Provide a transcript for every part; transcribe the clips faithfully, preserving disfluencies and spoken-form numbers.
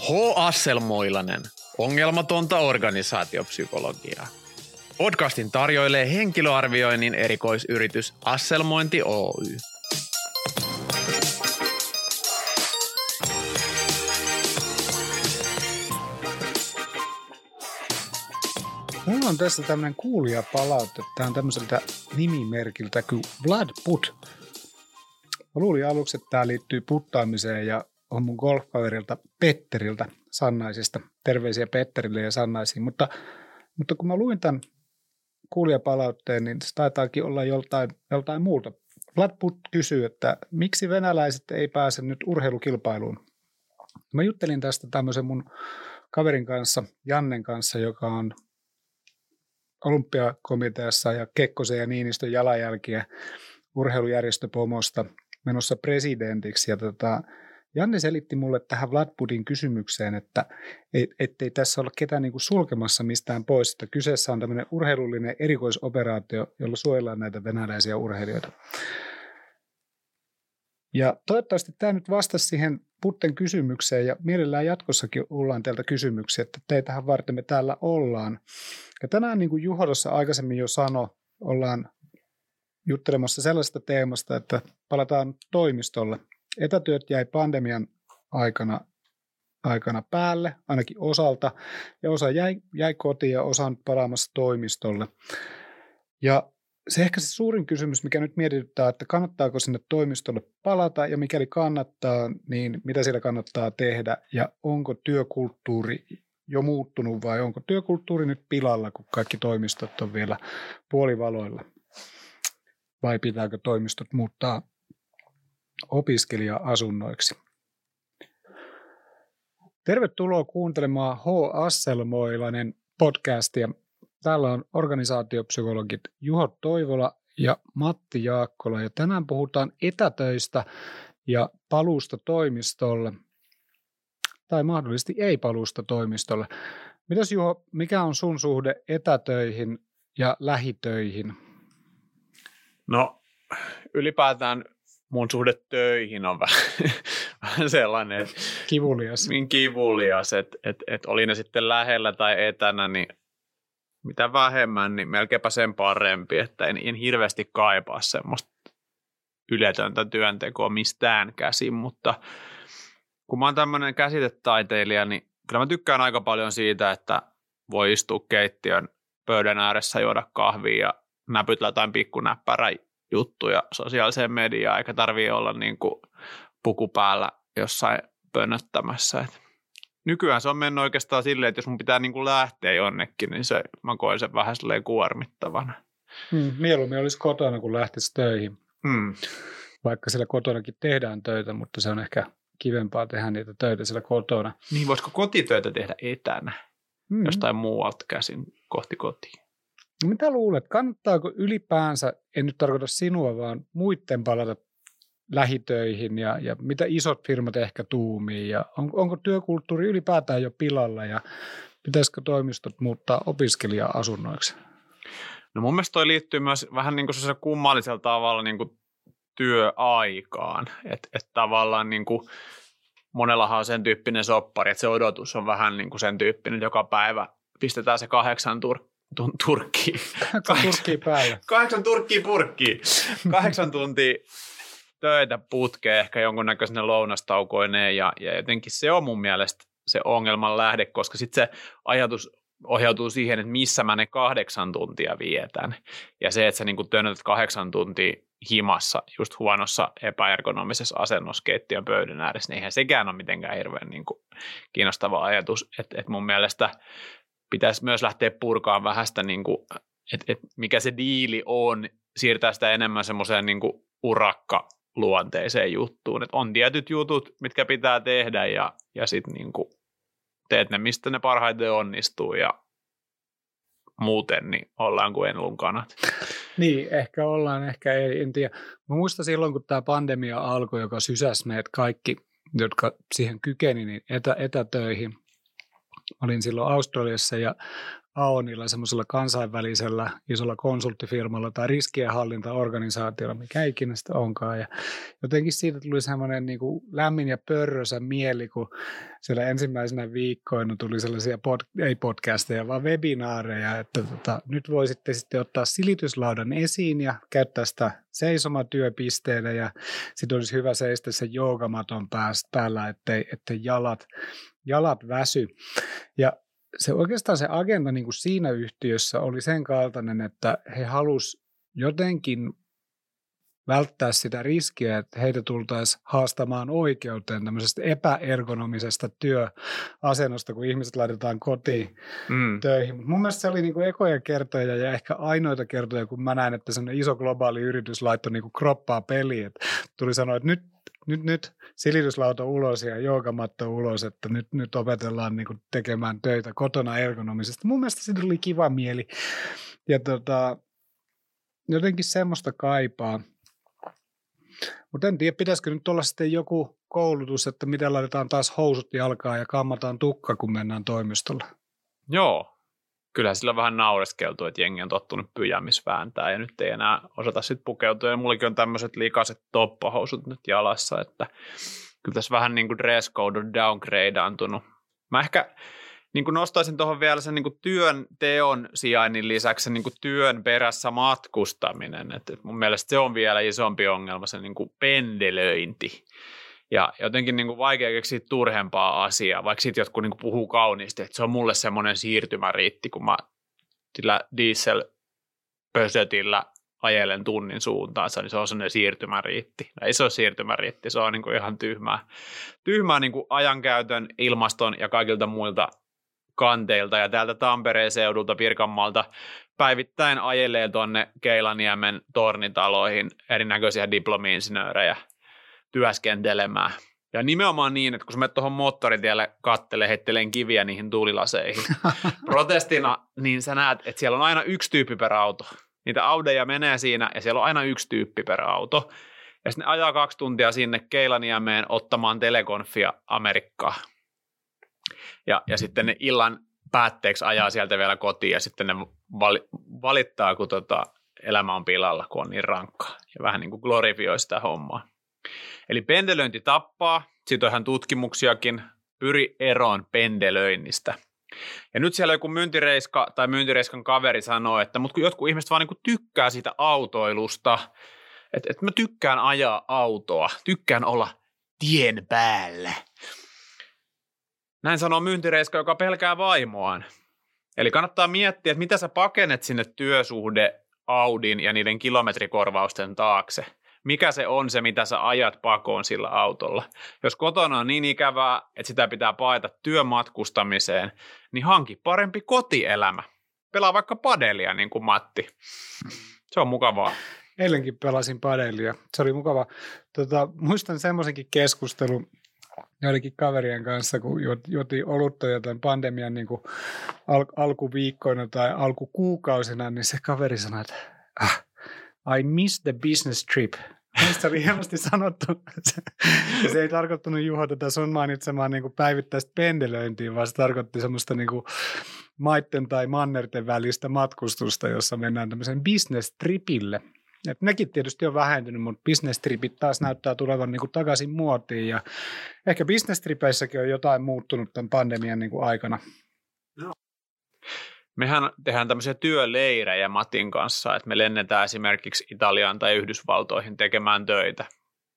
H. Asselmoilanen, ongelmatonta organisaatiopsykologiaa. Podcastin tarjoilee henkilöarvioinnin erikoisyritys Asselmointi Oy. Mulla on tässä tämmöinen kuulijapalaute. Tämä on tämmöiseltä nimimerkiltä kuin Bloodput. Mä luulin aluksi, että tämä liittyy puttaamiseen ja on mun golfkaverilta Petteriltä Sannaisista. Terveisiä Petterille ja Sannaisiin. Mutta, mutta kun mä luin tämän kuulijapalautteen, niin se taitaakin olla joltain, joltain muulta. Bloodput kysyy, että miksi venäläiset ei pääse nyt urheilukilpailuun? Mä juttelin tästä tämmöisen mun kaverin kanssa, Jannen kanssa, joka on olympiakomiteassa ja Kekkosen ja Niinistön jalanjälkiä urheilujärjestöpomosta menossa presidentiksi. Ja tota, Janne selitti mulle tähän Bloodputin kysymykseen, että et, ettei tässä olla ketään niinku sulkemassa mistään pois, että kyseessä on tämmöinen urheilullinen erikoisoperaatio, jolla suojellaan näitä venäläisiä urheilijoita. Ja toivottavasti tämä nyt vastasi siihen Putten kysymykseen ja mielellään jatkossakin ollaan teiltä kysymyksiä, että teitähän varten me täällä ollaan. Ja tänään niin kuin Juho tuossa aikaisemmin jo sanoi, ollaan juttelemassa sellaisesta teemasta, että palataan toimistolle. Etätyöt jäi pandemian aikana, aikana päälle, ainakin osalta, ja osa jäi, jäi kotiin ja osa on palaamassa toimistolle. Ja se ehkä se suurin kysymys, mikä nyt mietityttää, että kannattaako sinne toimistolle palata, ja mikäli kannattaa, niin mitä siellä kannattaa tehdä, ja onko työkulttuuri jo muuttunut, vai onko työkulttuuri nyt pilalla, kun kaikki toimistot on vielä puolivaloilla, vai pitääkö toimistot muuttaa opiskelija-asunnoiksi? Tervetuloa kuuntelemaan H. Asselmoilainen podcastia. Täällä on organisaatiopsykologit Juho Toivola ja Matti Jaakkola, ja tänään puhutaan etätöistä ja paluusta toimistolle, tai mahdollisesti ei paluusta toimistolle. Mitäs Juho, mikä on sun suhde etätöihin ja lähitöihin? No ylipäätään mun suhde töihin on vähän, vähän sellainen, kivulias, niin kivulias että et, et oli ne sitten lähellä tai etänä, niin mitä vähemmän, niin melkeinpä sen parempi, että en, en hirveästi kaipaa semmoista yletöntä työntekoa mistään käsin, mutta kun mä oon tämmöinen käsitetaiteilija, niin kyllä mä tykkään aika paljon siitä, että voi istua keittiön pöydän ääressä, juoda kahvia ja näpytellä jotain pikkunäppärä juttuja sosiaaliseen mediaan, eikä tarvii olla niin kuin puku päällä jossain pönöttämässä. Et nykyään se on mennyt oikeastaan silleen, että jos mun pitää niin kuin lähteä jonnekin, niin se, mä koen sen vähän silleen kuormittavana. Hmm, mieluummin olisi kotona, kun lähtisi töihin. Hmm. Vaikka siellä kotonakin tehdään töitä, mutta se on ehkä kivempaa tehdä niitä töitä siellä kotona. Niin, voisiko kotitöitä tehdä etänä? Hmm. Jostain muualta käsin kohti kotiin? No mitä luulet, kannattaako ylipäänsä, en nyt tarkoita sinua, vaan muiden palata lähitöihin ja, ja mitä isot firmat ehkä tuumii ja on, onko työkulttuuri ylipäätään jo pilalla ja pitäisikö toimistot muuttaa opiskelija-asunnoiksi? No mun mielestä toi liittyy myös vähän niin kuin se kummallisella tavalla niin kuin työaikaan, että et tavallaan niin kuin monellahan on sen tyyppinen soppari, että se odotus on vähän niin kuin sen tyyppinen, että joka päivä pistetään se kahdeksan tur- tun- turkkiin. Kahdeksan turkkiin päälle. Kahdeksan turkkiin purkkiin. Kahdeksan tuntia töitä putkeen ehkä jonkunnäköisenä lounastaukoineen ja, ja jotenkin se on mun mielestä se ongelman lähde, koska sitten se ajatus ohjautuu siihen, että missä mä ne kahdeksan tuntia vietän. Ja se, että sä niin työnnötät kahdeksan tuntia himassa, just huonossa epäergonomisessa asennossa keittiön pöydän ääressä, niin eihän sekään ole mitenkään hirveän niin kuin kiinnostava ajatus. Että et mun mielestä pitäisi myös lähteä purkaan vähän sitä, niin kuin, että et mikä se diili on, siirtää sitä enemmän semmoiseen niin kuin urakka luonteiseen juttuun, että on tietyt jutut, mitkä pitää tehdä ja, ja sitten niinku teet ne, mistä ne parhaiten onnistuu ja muuten niin ollaan kuin enlun kanat. Niin, ehkä ollaan, ehkä ei, en tiedä. Mä muistan silloin, kun tämä pandemia alkoi, joka sysäsi meidät kaikki, jotka siihen kykeni, niin etä, etätöihin. Olin silloin Australiassa ja Aonilla, semmoisella kansainvälisellä isolla konsulttifirmalla tai riskienhallintaorganisaatiolla, mikä ikinä sitä onkaan. Ja jotenkin siitä tuli semmoinen niin kuin lämmin ja pörrösä mieli, kun siellä ensimmäisenä viikkoina tuli sellaisia, pod, ei podcasteja, vaan webinaareja, että tota, nyt voisitte sitten ottaa silityslaudan esiin ja käyttää sitä seisomatyöpisteenä ja sitten olisi hyvä seistä sen joogamaton päällä, ettei, ettei jalat, jalat väsy. Ja se oikeastaan se agenda niin kuin siinä yhtiössä oli sen kaltainen, että he halusivat jotenkin välttää sitä riskiä, että heitä tultaisiin haastamaan oikeuteen tämmöisestä epäergonomisesta työasennosta, kun ihmiset laitetaan kotiin mm. töihin. Mun mielestä se oli niin kuin ekoja kertoja ja ehkä ainoita kertoja, kun mä näin, että semmoinen iso globaali yritys laittoi niin kuin kroppaa peliin. Että tuli sanoa, että nyt, nyt, nyt silityslauta ulos ja joogamatto ulos, että nyt, nyt opetellaan niin kuin tekemään töitä kotona ergonomisesti. Mun mielestä siitä tuli kiva mieli ja tota, jotenkin semmoista kaipaa. Mutta en tiedä, pitäisikö nyt olla sitten joku koulutus, että miten laitetaan taas housut jalkaan ja kammataan tukka, kun mennään toimistolle. Joo, kyllähän sillä on vähän naureskeltu, että jengi on tottunut pyjämisvääntää ja nyt ei enää osata sitten pukeutua. Ja mullakin on tämmöiset likaiset toppahousut nyt jalassa, että kyllä tässä vähän niin kuin dress code on downgradeantunut. Mä ehkä niin kuin nostaisin tuohon vielä sen niin kuin työn teon sijainnin lisäksi sen niin kuin työn perässä matkustaminen. Et, et mun mielestä se on vielä isompi ongelma, se niin kuin pendelöinti. Ja jotenkin niin kuin vaikea keksiä turhempaa asiaa, vaikka sitten jotkut niin kuin puhuu kauniisti, että se on mulle semmoinen siirtymäriitti, kun mä sillä dieselpösötillä ajelen tunnin suuntaansa, niin se on semmoinen siirtymäriitti. No ei se ole siirtymäriitti, se on niin kuin ihan tyhmää, tyhmää niin kuin ajankäytön, ilmaston ja kaikilta muilta kanteilta ja täältä Tampereen seudulta Pirkanmaalta päivittäin ajelee tuonne Keilaniemen tornitaloihin erinäköisiä diplomi-insinöörejä työskentelemään. Ja nimenomaan niin, että kun sä menet tuohon moottoritielle kattelee, heitteleen kiviä niihin tuulilaseihin protestina, niin sä näet, että siellä on aina yksi tyyppi per auto. Niitä Audeja menee siinä ja siellä on aina yksi tyyppi per auto. Ja sitten ne ajaa kaksi tuntia sinne Keilaniemeen ottamaan telekonfia Amerikkaan. Ja, ja sitten ne illan päätteeksi ajaa sieltä vielä kotiin ja sitten ne vali, valittaa, kun tota elämä on pilalla, kun on niin rankkaa. Ja vähän niin kuin glorifioi sitä hommaa. Eli pendelöinti tappaa, siitä on ihan tutkimuksiakin, pyri eroon pendelöinnistä. Ja nyt siellä joku myyntireiska tai myyntireiskan kaveri sanoo, että mutta kun jotkut ihmiset vaan niin kuin tykkää siitä autoilusta, että, että mä tykkään ajaa autoa, tykkään olla tien päällä. Näin sanoo myyntireiska, joka pelkää vaimoaan. Eli kannattaa miettiä, että mitä sä pakenet sinne työsuhde Audin ja niiden kilometrikorvausten taakse. Mikä se on se, mitä sä ajat pakoon sillä autolla. Jos kotona on niin ikävää, että sitä pitää paeta työmatkustamiseen, niin hanki parempi kotielämä. Pelaa vaikka padelia, niin kuin Matti. Se on mukavaa. Eilenkin pelasin padelia. Se oli mukava. Tota, muistan semmoisenkin keskustelun joidenkin kaverien kanssa, kun juotiin olutta jotain pandemian niin kuin al- alkuviikkoina tai alkukuukausina, niin se kaveri sanoi, että ah, I miss the business trip. Mielestäni oli hienosti sanottu. Ja se ei tarkoittanut, Juho, tätä sun mainitsemaan niin kuin päivittäistä pendelöintiä, vaan se tarkoitti semmoista niin kuin maitten tai mannerten välistä matkustusta, jossa mennään tämmöisen business tripille. Et nekin tietysti on vähentynyt, mutta business tripit taas näyttää tulevan niin kuin takaisin muotiin. Ja ehkä business tripeissäkin on jotain muuttunut tämän pandemian niin kuin aikana. No. Mehän tehdään tämmöisiä työleirejä Matin kanssa, että me lennetään esimerkiksi Italiaan tai Yhdysvaltoihin tekemään töitä.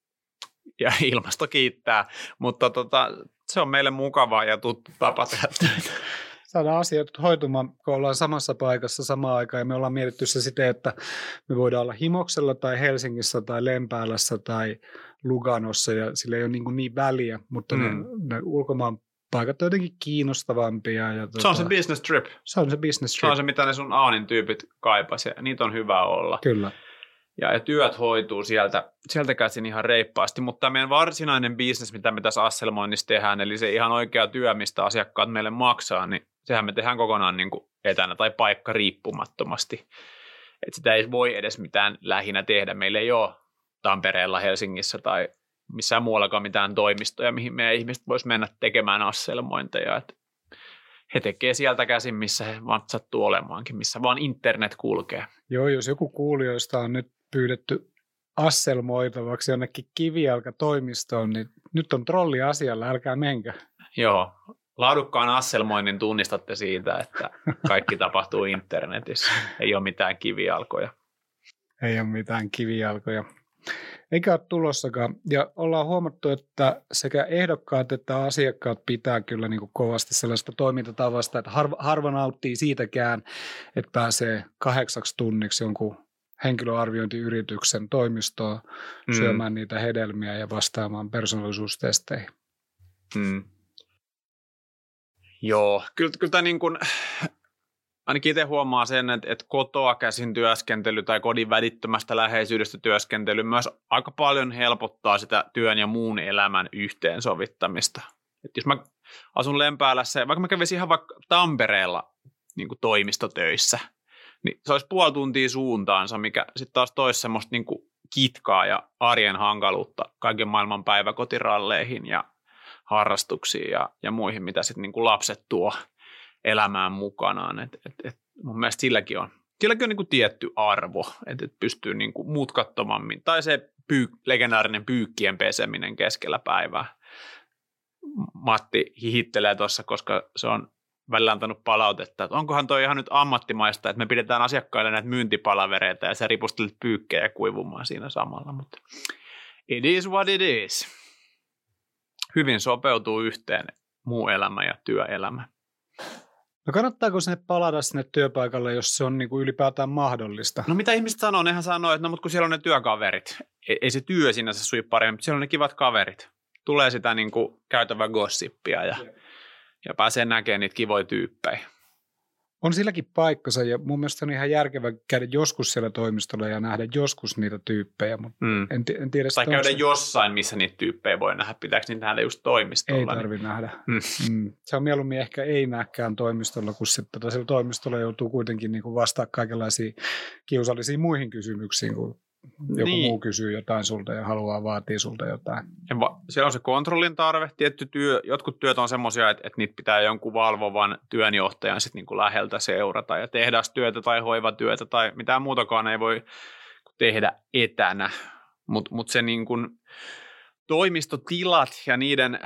Ja ilmasto kiittää, mutta tota, se on meille mukavaa ja tuttu tapa tehdä töitä. Saadaan asiat hoitumaan, kun ollaan samassa paikassa samaan aikaan ja me ollaan mietitty se siten, että me voidaan olla Himoksella tai Helsingissä tai Lempäälässä tai Luganossa ja sillä ei ole niin, niin väliä, mutta mm. ne, ne ulkomaan paikat on jotenkin kiinnostavampia. Ja se on se business trip. Se on se business trip. Se on se, mitä ne sun Aanin tyypit kaipasi ja niitä on hyvä olla. Kyllä. Ja, ja työt hoituu sieltä, sieltä käsin ihan reippaasti, mutta tämä meidän varsinainen business, mitä me tässä Asselmoinnissa tehdään, eli se ihan oikea työ, mistä asiakkaat meille maksaa, niin sehän me tehdään kokonaan niin kuin etänä tai paikka riippumattomasti. Että sitä ei voi edes mitään lähinnä tehdä. Meillä ei ole Tampereella, Helsingissä tai missään muuallakaan mitään toimistoja, mihin meidän ihmiset vois mennä tekemään Asselmointeja. Et he tekee sieltä käsin, missä he vaan sattuu olemaankin, missä vaan internet kulkee. Joo, jos joku kuulijoista on nyt pyydetty asselmoitavaksi jonnekin kivijalkatoimistoon, niin nyt on trolli asialla, älkää menkö. Joo, laadukkaan asselmoinnin tunnistatte siitä, että kaikki tapahtuu internetissä. Ei ole mitään kivijalkoja. Ei ole mitään kivijalkoja. Eikä ole tulossakaan. Ja ollaan huomattu, että sekä ehdokkaat että asiakkaat pitää kyllä niin kuin kovasti sellaista toimintatavasta, että harva, harva nauttii siitäkään, että pääsee kahdeksaksi tunniksi jonkun henkilöarviointiyrityksen toimistoon mm. syömään niitä hedelmiä ja vastaamaan persoonallisuustesteihin. Mm. Joo, kyllä, kyllä tämä niin kuin, ainakin itse huomaa sen, että, että kotoa käsin työskentely tai kodin välittömästä läheisyydestä työskentely myös aika paljon helpottaa sitä työn ja muun elämän yhteensovittamista. Että jos mä asun Lempäälässä, vaikka mä kävisin ihan vaikka Tampereella niin kuin toimistotöissä, niin se olisi puoli tuntia suuntaansa, mikä sitten taas toisi semmoista niin kuin kitkaa ja arjen hankaluutta kaiken maailman päiväkotiralleihin ja harrastuksiin ja, ja muihin, mitä sitten niin kuin lapset tuo elämään mukanaan. Et, et, et mun mielestä silläkin on, silläkin on niin kuin tietty arvo, että et pystyy niin kuin mutkattomammin. Tai se pyy, legendaarinen pyykkien peseminen keskellä päivää. Matti hihittelee tuossa, koska se on välillä antanut palautetta, että onkohan toi ihan nyt ammattimaista, että me pidetään asiakkaille näitä myyntipalavereita ja sä ripustelet pyykkejä kuivumaan siinä samalla, mutta it is what it is. Hyvin sopeutuu yhteen muu elämä ja työelämä. No kannattaako sinne palata sinne työpaikalle, jos se on niin kuin ylipäätään mahdollista? No mitä ihmiset sanoo? Nehän sanoo, että no mutta kun siellä on ne työkaverit. Ei, ei se työ sinänsä sui paremmin, mutta siellä on ne kivat kaverit. Tulee sitä niin kuin käytävää gossippia ja, ja pääsee näkemään niitä kivoja tyyppejä. On silläkin paikkansa ja mun mielestä on ihan järkevä käydä joskus siellä toimistolla ja nähdä joskus niitä tyyppejä, mutta mm. en, en tiedä. Tai käydä se jossain, missä niitä tyyppejä voi nähdä. Pitääkö niitä nähdä just toimistolla? Ei tarvitse niin nähdä. Mm. Mm. Se on mieluummin ehkä ei näkään toimistolla, kun sitten tota, siellä toimistolla joutuu kuitenkin niin kuin vastaamaan kaikenlaisiin kiusallisiin muihin kysymyksiin, kun joku niin. muu kysyy jotain sulta ja haluaa vaatia sulta jotain. Ja va- siellä on se kontrollin tarve. Tietty työ, jotkut työt on semmoisia, että, että niitä pitää jonkun valvovan työnjohtajan sit niin kuin läheltä seurata ja tehdastyötä tai hoivatyötä tai mitään muutakaan ei voi tehdä etänä. Mutta mut se niin kuin toimistotilat ja niiden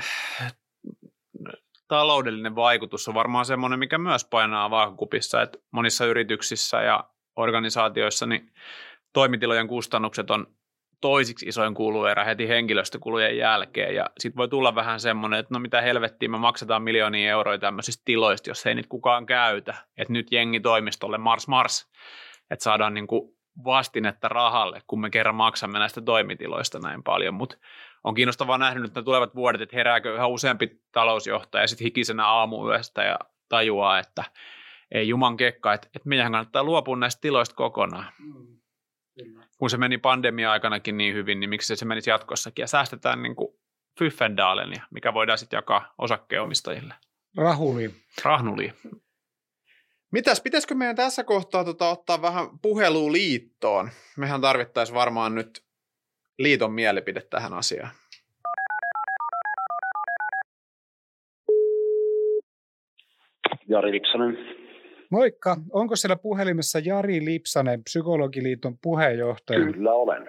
taloudellinen vaikutus on varmaan semmoinen, mikä myös painaa vaakakupissa, että monissa yrityksissä ja organisaatioissa niin toimitilojen kustannukset on toisiksi isoin kuluerä heti henkilöstökulujen jälkeen, ja sitten voi tulla vähän semmoinen, että no mitä helvettiä, me maksetaan miljoonia euroja tämmöisistä tiloista, jos ei niitä kukaan käytä, että nyt jengi toimistolle mars mars, että saadaan niinku vastinetta rahalle, kun me kerran maksamme näistä toimitiloista näin paljon, mutta on kiinnostavaa nähdä nyt ne tulevat vuodet, että herääkö yhä useampi talousjohtaja sitten hikisenä aamuyöstä ja tajuaa, että ei juman kekka, että, että meidän kannattaa luopua näistä tiloista kokonaan. Mm. Kun se meni pandemia-aikanakin niin hyvin, niin miksi se menisi jatkossakin? Ja säästetään niin kuin Fyffendalenia, mikä voidaan sitten jakaa osakkeenomistajille. Rahuliin. Rahnuliin. Mitäs, pitäisikö meidän tässä kohtaa tota, ottaa vähän puhelua liittoon? Mehän tarvittaisiin varmaan nyt liiton mielipide tähän asiaan. Jari Lipsanen. Moikka. Onko siellä puhelimessa Jari Lipsanen, Psykologiliiton puheenjohtaja? Kyllä olen.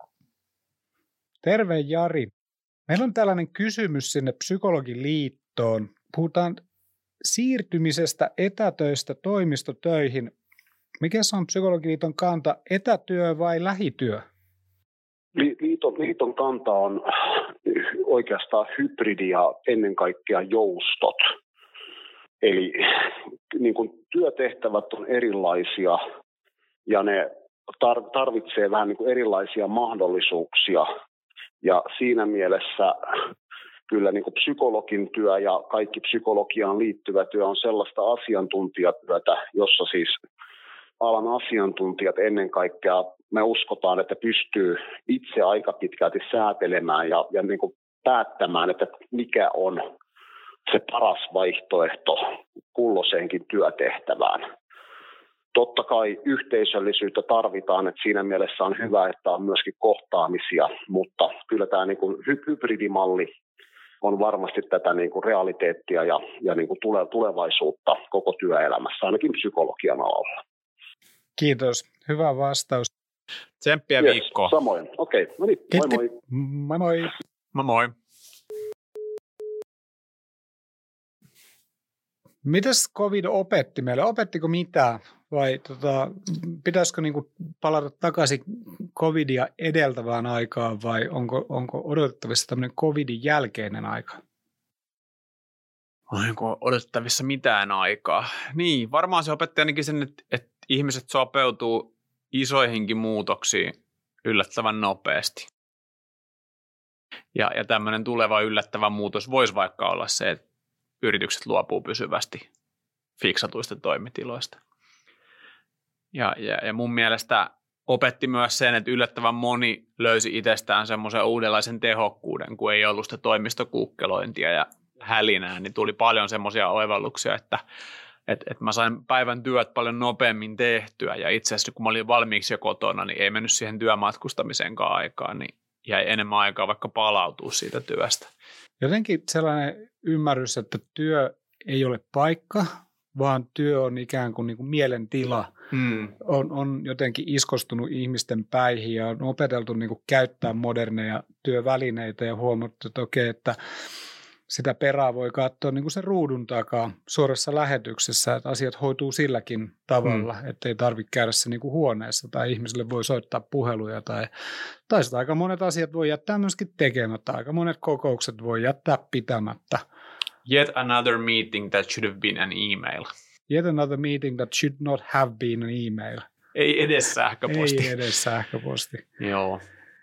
Terve Jari. Meillä on tällainen kysymys sinne Psykologiliittoon. Puhutaan siirtymisestä etätöistä toimistotöihin. Mikä on Psykologiliiton kanta, etätyö vai lähityö? Liiton, liiton kanta on oikeastaan hybridi ja ennen kaikkea joustot. Eli niin kuin työtehtävät on erilaisia ja ne tar- tarvitsee vähän niin kuin erilaisia mahdollisuuksia. Ja siinä mielessä kyllä niin kuin psykologin työ ja kaikki psykologiaan liittyvä työ on sellaista asiantuntijatyötä, jossa siis alan asiantuntijat ennen kaikkea me uskotaan, että pystyy itse aika pitkälti säätelemään ja, ja niin kuin päättämään, että mikä on se paras vaihtoehto kulloiseenkin työtehtävään. Totta kai yhteisöllisyyttä tarvitaan, että siinä mielessä on hyvä, että on myöskin kohtaamisia, mutta kyllä tämä niin kuin hybridimalli on varmasti tätä niin kuin realiteettia ja, ja niin kuin tule, tulevaisuutta koko työelämässä, ainakin psykologian alalla. Kiitos. Hyvä vastaus. Tsemppiä yes, viikkoa. Samoin. Okei, okay. No niin, moi moi. Moi moi. Moi moi. Mitäs COVID opetti meille? Opettiko mitään? Vai tota, pitäisikö niinku palata takaisin COVIDia edeltävään aikaan vai onko, onko odotettavissa tämmöinen COVIDin jälkeinen aika? Onko odotettavissa mitään aikaa? Niin, varmaan se opetti ainakin sen, että, että ihmiset sopeutuu isoihinkin muutoksiin yllättävän nopeasti. Ja, ja tämmöinen tuleva yllättävä muutos voisi vaikka olla se, että yritykset luopuu pysyvästi fiksatuista toimitiloista. Ja, ja, ja mun mielestä opetti myös sen, että yllättävän moni löysi itsestään semmoisen uudenlaisen tehokkuuden, kun ei ollut sitä toimistokuukkelointia ja hälinää, niin tuli paljon semmoisia oivalluksia, että et, et mä sain päivän työt paljon nopeammin tehtyä, ja itse asiassa kun mä olin valmiiksi jo kotona, niin ei mennyt siihen työmatkustamiseenkaan aikaan, niin jäi enemmän aikaa vaikka palautua siitä työstä. Jotenkin sellainen ymmärrys, että työ ei ole paikka, vaan työ on ikään kuin, niin kuin mielentila. Mm. On, on jotenkin iskostunut ihmisten päihin ja on opeteltu niin kuin käyttää moderneja työvälineitä ja huomattu, että okei, että sitä perää voi katsoa niin kuin sen ruudun takaa suorassa lähetyksessä, että asiat hoituu silläkin tavalla, mm. että ei tarvitse käydä se niin kuin huoneessa tai ihmisille voi soittaa puheluja tai, tai sitä aika monet asiat voi jättää myöskin tekemättä, aika monet kokoukset voi jättää pitämättä. Yet another meeting that should have been an email. Yet another meeting that should not have been an email. Ei edes sähköposti. Ei edes sähköposti. Joo.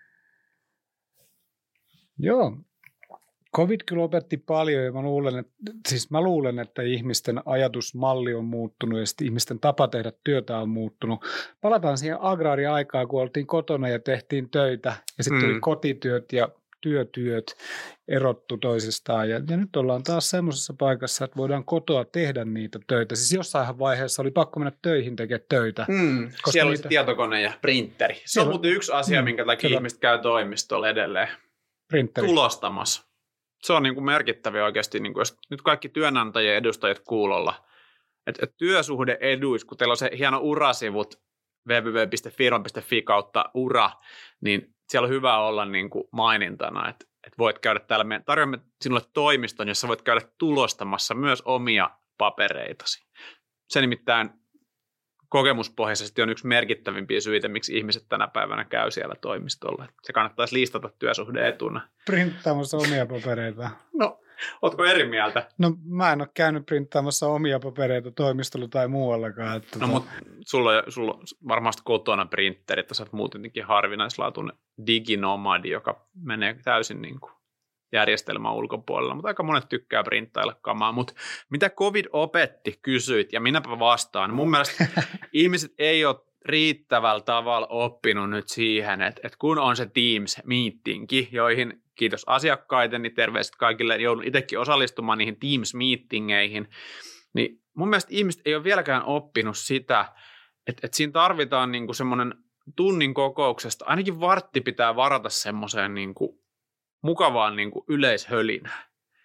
Joo. COVID kyllä opetti paljon ja mä luulen, että, siis mä luulen, että ihmisten ajatusmalli on muuttunut ja sitten ihmisten tapa tehdä työtä on muuttunut. Palataan siihen agraariaikaan, kun oltiin kotona ja tehtiin töitä ja sitten mm. tuli kotityöt ja työtyöt erottu toisistaan ja, ja nyt ollaan taas semmoisessa paikassa, että voidaan kotoa tehdä niitä töitä. Siis jossain vaiheessa oli pakko mennä töihin tekemään töitä. Mm. Siellä niitä... oli tietokone ja printeri. Se Siellä... on muuten yksi asia, mm. minkä takia Kyllä. ihmiset käy toimistolla edelleen. Printeri. Tulostamassa. Se on niin kuin merkittävä oikeasti, niin kuin jos nyt kaikki työnantajien edustajat kuulolla, että et työsuhde-eduis, kun teillä on se hieno urasivut double-u double-u double-u piste firma piste fi kautta ura, niin siellä on hyvä olla niin kuin mainintana, että, että voit käydä täällä, me tarjoamme sinulle toimiston, jossa voit käydä tulostamassa myös omia papereitasi. Se nimittäin kokemuspohjaisesti on yksi merkittävimpiä syitä, miksi ihmiset tänä päivänä käy siellä toimistolla. Se kannattaisi listata työsuhde-etuna. Printtaamassa omia papereita. No, ootko eri mieltä? No, mä en ole käynyt printtaamassa omia papereita toimistolla tai muuallakaan. Että no, to... mutta sulla on, sulla on varmasti kotona printeri, että sä oot muutenkin harvinaislaatuinen diginomadi, joka menee täysin niin kuin järjestelmän ulkopuolella, mutta aika monet tykkää printtailla kamaa. Mutta mitä COVID opetti, kysyit, ja minäpä vastaan. Mun mielestä ihmiset ei ole riittävällä tavalla oppinut nyt siihen, että, että kun on se Teams-meetingi, joihin kiitos asiakkaiden, niin terveiset kaikille, joudun itsekin osallistumaan niihin Teams-meetingeihin, niin mun mielestä ihmiset ei ole vieläkään oppinut sitä, että, että siinä tarvitaan niinku semmoinen tunnin kokouksesta, ainakin vartti pitää varata semmoiseen niinku mukavaan niin kuin yleishölinään,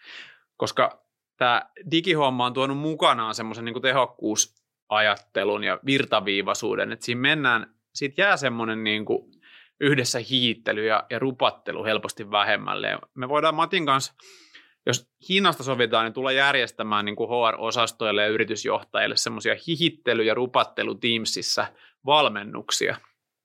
koska tämä digihomma on tuonut mukanaan semmoisen niin kuin tehokkuusajattelun ja virtaviivaisuuden, että siinä mennään, siitä jää semmoinen niin kuin yhdessä hiittely ja, ja rupattelu helposti vähemmälle. Ja me voidaan Matin kanssa, jos hinnasta sovitaan, niin tulla järjestämään niin kuin H R-osastoille ja yritysjohtajille semmoisia hihittely- ja rupattelu Teamsissa valmennuksia.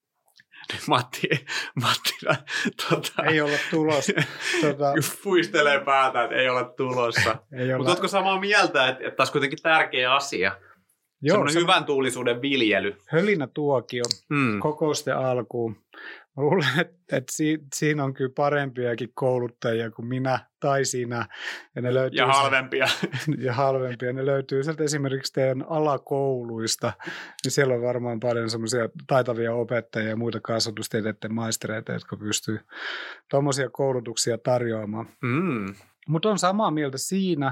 Matti, Matti tuota, ei olla tulossa. Tuota, puistelee päätä, että ei olla tulossa. Mutta oletko samaa mieltä, että, että tässä on kuitenkin tärkeä asia? Joo, semmoinen se hyvän tuulisuuden viljely. Hölinätuokio hmm. kokousten alkuun. Mä luulen, että, että si, siinä on kyllä parempiakin kouluttajia kuin minä tai sinä. Ja, ne löytyy ja halvempia. Ja halvempia. Ne löytyy sieltä esimerkiksi teidän alakouluista. Niin siellä on varmaan paljon semmoisia taitavia opettajia ja muita kasvatustieteiden maistereita, jotka pystyy tuommoisia koulutuksia tarjoamaan. Mm. Mutta on samaa mieltä siinä,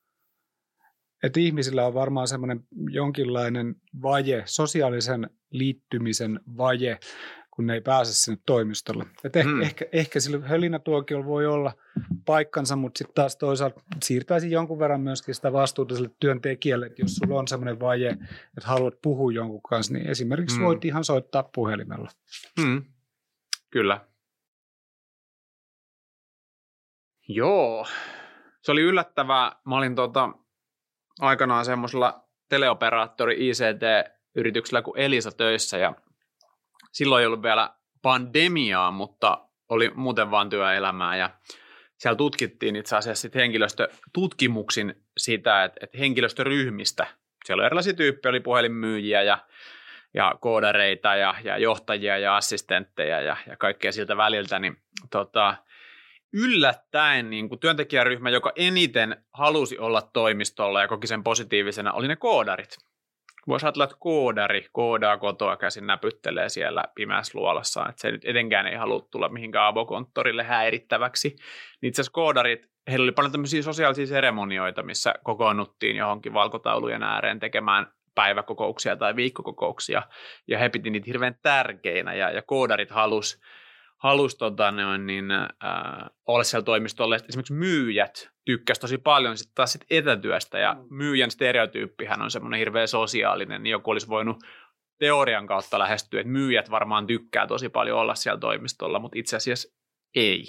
että ihmisillä on varmaan semmoinen jonkinlainen vaje, sosiaalisen liittymisen vaje, kun ne ei pääse sinne toimistolle. Et ehkä, Mm. ehkä, ehkä sillä hölinätuokiolla voi olla paikkansa, mutta sitten taas toisaalta siirtäisi jonkun verran myöskin sitä vastuuta sille työntekijälle, että jos sulla on semmoinen vaje, että haluat puhua jonkun kanssa, niin esimerkiksi Mm. voit ihan soittaa puhelimella. Mm. Kyllä. Joo. Se oli yllättävää. Mä olin tota, aikanaan semmoisella teleoperaattori I C T-yrityksellä kuin Elisa töissä ja silloin ei ollut vielä pandemiaa, mutta oli muuten vaan työelämää ja siellä tutkittiin itse asiassa sit henkilöstötutkimuksin sitä, että, että henkilöstöryhmistä, siellä oli erilaisia tyyppejä, oli puhelinmyyjiä ja, ja koodareita ja, ja johtajia ja assistentteja ja, ja kaikkea siltä väliltä, niin tota, yllättäen niin kuin työntekijäryhmä, joka eniten halusi olla toimistolla ja koki sen positiivisena, oli ne koodarit. Voisi ajatella, että koodari koodaa kotoa käsin, näpyttelee siellä pimeässä luolassa, että se nyt etenkään ei halua tulla mihinkään avokonttorille häirittäväksi. Niin itse asiassa koodarit, heillä oli paljon tämmöisiä sosiaalisia seremonioita, missä kokoonnuttiin johonkin valkotaulujen ääreen tekemään päiväkokouksia tai viikkokokouksia, ja he piti niitä hirveän tärkeinä, ja, ja koodarit halusi halus, tota, niin, äh, olla siellä toimistolla. Esimerkiksi myyjät tykkäsivät tosi paljon sit taas sit etätyöstä, ja myyjän stereotyyppihän on semmoinen hirveän sosiaalinen, niin joku olisi voinut teorian kautta lähestyä, että myyjät varmaan tykkää tosi paljon olla siellä toimistolla, mutta itse asiassa ei.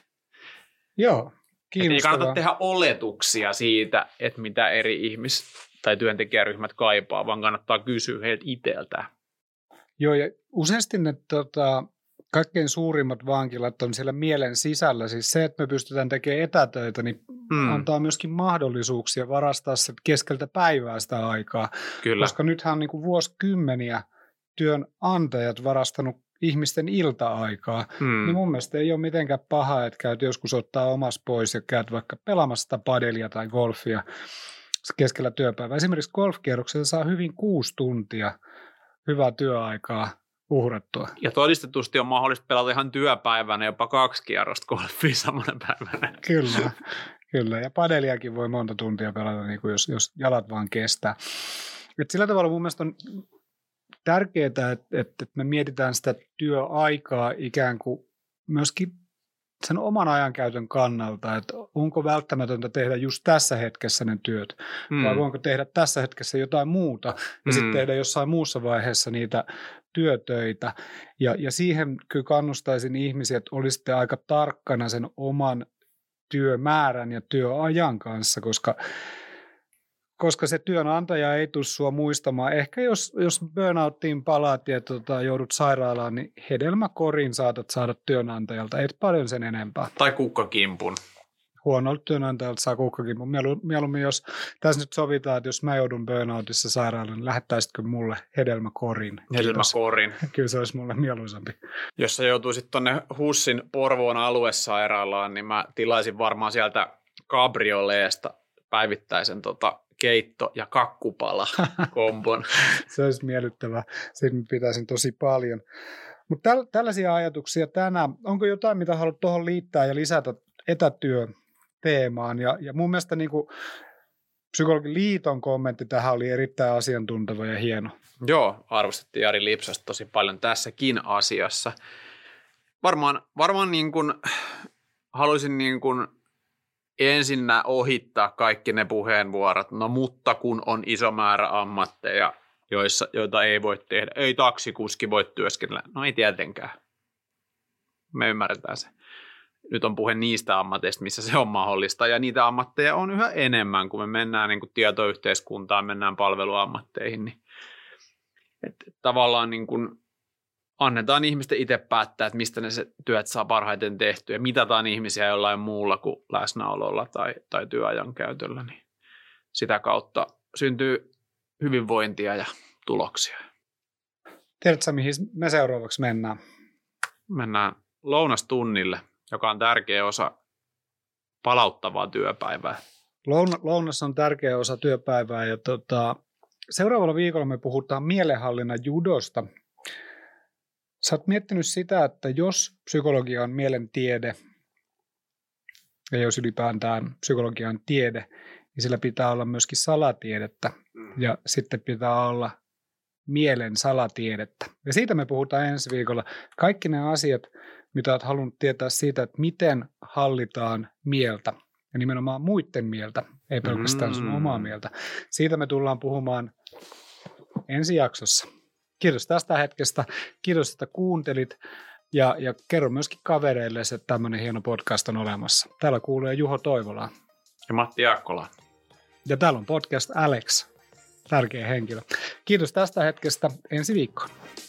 Joo, kiinnostavaa. Ei kannata tehdä oletuksia siitä, että mitä eri ihmis- tai työntekijäryhmät kaipaa, vaan kannattaa kysyä heiltä itseltään. Joo, ja useasti ne tota, kaikkein suurimmat vankilat on siellä mielen sisällä. Siis se, että me pystytään tekemään etätöitä, niin mm. antaa myöskin mahdollisuuksia varastaa se keskeltä päivää sitä aikaa. Kyllä. Koska nythän on niin kuin vuosikymmeniä työnantajat varastanut ihmisten ilta-aikaa. Mm. Niin mun mielestä ei ole mitenkään paha, että käyt joskus ottaa omas pois ja käyt vaikka pelaamassa sitä padelia tai golfia keskellä työpäivää. Esimerkiksi golfkierroksella saa hyvin kuusi tuntia hyvää työaikaa uhrattua. Ja todistetusti on mahdollista pelata ihan työpäivänä jopa kaksi kierrosta golfia samana päivänä. Kyllä, kyllä. Ja padeliakin voi monta tuntia pelata, niin kuin jos, jos jalat vaan kestää. Et sillä tavalla mun mielestä on tärkeää, että, että me mietitään sitä työaikaa ikään kuin myöskin sen oman ajankäytön kannalta, että onko välttämätöntä tehdä just tässä hetkessä ne työt, mm. vai voinko tehdä tässä hetkessä jotain muuta, ja mm. sitten tehdä jossain muussa vaiheessa niitä työtöitä. Ja, ja siihen kyllä kannustaisin ihmisiä, että olisitte aika tarkkana sen oman työmäärän ja työajan kanssa, koska koska se työnantaja ei tule sua muistamaan. Ehkä jos, jos burnouttiin palaat ja tota, joudut sairaalaan, niin hedelmäkorin saatat saada työnantajalta, et paljon sen enempää. Tai kukkakimpun. Huonolta työnantajalta saa kukkakimpun. Mieluummin jos tässä nyt sovitaan, että jos mä joudun burnoutissa sairaalaan, niin lähettäisitkö mulle hedelmäkorin? Hedelmäkorin. Kyllä se olisi mulle mieluisampi. Jos sä joutuisit tuonne Hussin Porvoon aluesairaalaan, niin mä tilaisin varmaan sieltä kabrioleesta päivittäisen tota keitto- ja kakkupala-kombon. Se olisi miellyttävää. Siitä pitäisin tosi paljon. Mutta täl- tällaisia ajatuksia tänään. Onko jotain, mitä haluat tuohon liittää ja lisätä etätyöteemaan? Ja, ja mun mielestä niin kuin Psykologin liiton kommentti tähän oli erittäin asiantunteva ja hieno. Joo, arvostettiin Jari Lipsasta tosi paljon tässäkin asiassa. Varmaan, varmaan niin kuin, haluaisin niin kuin ensinnä ohittaa kaikki ne puheenvuorot, no mutta kun on iso määrä ammatteja, joissa, joita ei voi tehdä, ei taksikuski voi työskennellä, no ei tietenkään. Me ymmärretään se. Nyt on puhe niistä ammateista, missä se on mahdollista, ja niitä ammatteja on yhä enemmän, kun me mennään niin kuin tietoyhteiskuntaan, mennään palveluammatteihin, niin että tavallaan niin kuin annetaan ihmisten itse päättää, että mistä ne se työt saa parhaiten tehtyä ja mitataan ihmisiä jollain muulla kuin läsnäololla tai, tai työajan käytöllä, niin sitä kautta syntyy hyvinvointia ja tuloksia. Tiedätkö, mihin me seuraavaksi mennään? Mennään lounastunnille, joka on tärkeä osa palauttavaa työpäivää. Loun- lounas on tärkeä osa työpäivää ja tota, seuraavalla viikolla me puhutaan mielenhallinnan judosta. Sä oot miettinyt sitä, että jos psykologia on mielentiede ja jos ylipäätään psykologia on tiede, niin sillä pitää olla myöskin salatiedettä ja sitten pitää olla mielen salatiedettä. Ja siitä me puhutaan ensi viikolla. Kaikki ne asiat, mitä olet halunnut tietää siitä, että miten hallitaan mieltä. Ja nimenomaan muiden mieltä, ei pelkästään sun Mm. omaa mieltä. Siitä me tullaan puhumaan ensi jaksossa. Kiitos tästä hetkestä. Kiitos, että kuuntelit. Ja, ja kerro myöskin kavereille, että tämmöinen hieno podcast on olemassa. Täällä kuulee Juho Toivola. Ja Matti Jaakkola. Ja täällä on podcast Alex, tärkeä henkilö. Kiitos tästä hetkestä. Ensi viikkoon.